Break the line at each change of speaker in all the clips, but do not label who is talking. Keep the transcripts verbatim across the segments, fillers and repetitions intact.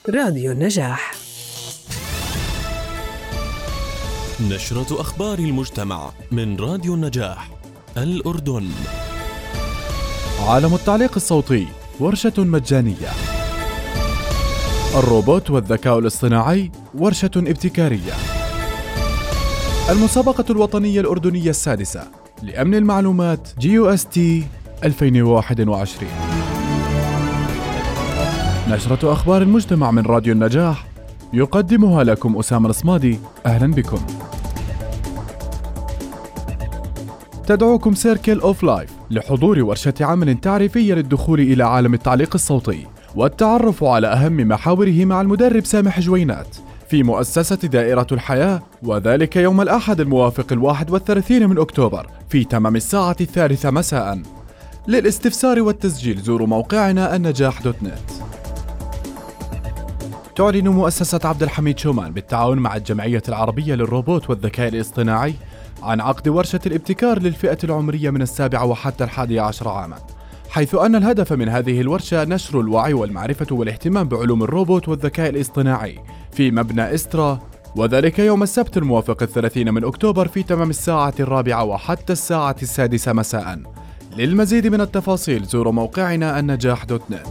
راديو النجاح.
نشرة أخبار المجتمع من راديو النجاح الأردن.
عالم التعليق الصوتي، ورشة مجانية. الروبوت والذكاء الاصطناعي، ورشة ابتكارية. المسابقة الوطنية الأردنية السادسة لأمن المعلومات جي يو إس تي ألفين وواحد وعشرين. نشرة أخبار المجتمع من راديو النجاح، يقدمها لكم أسامة الصمادي. أهلا بكم. تدعوكم سيركل أوف لايف لحضور ورشة عمل تعريفية للدخول إلى عالم التعليق الصوتي والتعرف على أهم محاوره مع المدرب سامح جوينات في مؤسسة دائرة الحياة، وذلك يوم الأحد الموافق الواحد والثلاثين من أكتوبر في تمام الساعة الثالثة مساء. للاستفسار والتسجيل زوروا موقعنا النجاح دوت نت. تعلن مؤسسة عبد الحميد شومان بالتعاون مع الجمعية العربية للروبوت والذكاء الاصطناعي عن عقد ورشة الابتكار للفئة العمرية من السابعة وحتى الحادية عشر عاما، حيث أن الهدف من هذه الورشة نشر الوعي والمعرفة والاهتمام بعلوم الروبوت والذكاء الاصطناعي في مبنى إسترا، وذلك يوم السبت الموافق الثلاثين من أكتوبر في تمام الساعة الرابعة وحتى الساعة السادسة مساء. للمزيد من التفاصيل زوروا موقعنا النجاح دوت نت.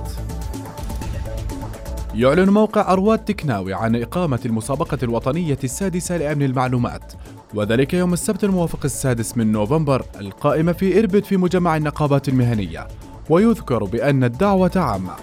يعلن موقع أرواد تكناوي عن إقامة المسابقة الوطنية السادسة لأمن المعلومات، وذلك يوم السبت الموافق السادس من نوفمبر القائمة في إربد في مجمع النقابات المهنية، ويذكر بأن الدعوة عامة.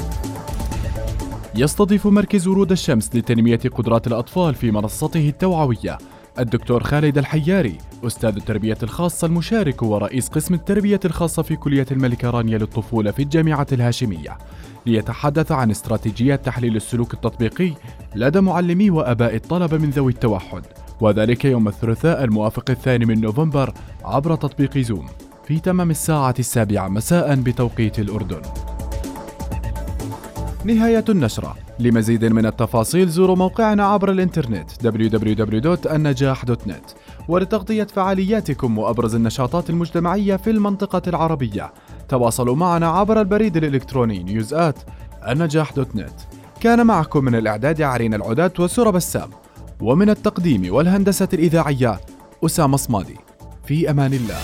يستضيف مركز ورود الشمس لتنمية قدرات الأطفال في منصته التوعوية الدكتور خالد الحياري، أستاذ التربية الخاصة المشارك ورئيس قسم التربية الخاصة في كلية الملكة رانيا للطفولة في الجامعة الهاشمية، ليتحدث عن استراتيجيات تحليل السلوك التطبيقي لدى معلمي وآباء الطلبة من ذوي التوحد، وذلك يوم الثلاثاء الموافق الثاني من نوفمبر عبر تطبيق زوم في تمام الساعة السابعة مساء بتوقيت الأردن. نهاية النشرة. لمزيد من التفاصيل زوروا موقعنا عبر الإنترنت دبليو دبليو دبليو دوت النجاح دوت نت. ولتغطية فعالياتكم وأبرز النشاطات المجتمعية في المنطقة العربية تواصلوا معنا عبر البريد الإلكتروني نيوز آت النجاح دوت نت. كان معكم من الإعداد عرين العدات وسورة بسام، ومن التقديم والهندسة الإذاعية أسامة صمادي. في أمان الله.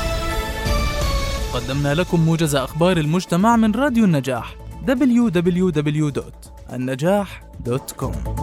قدمنا لكم موجز أخبار المجتمع من راديو النجاح دبليو دبليو دبليو دوت النجاح دوت كوم.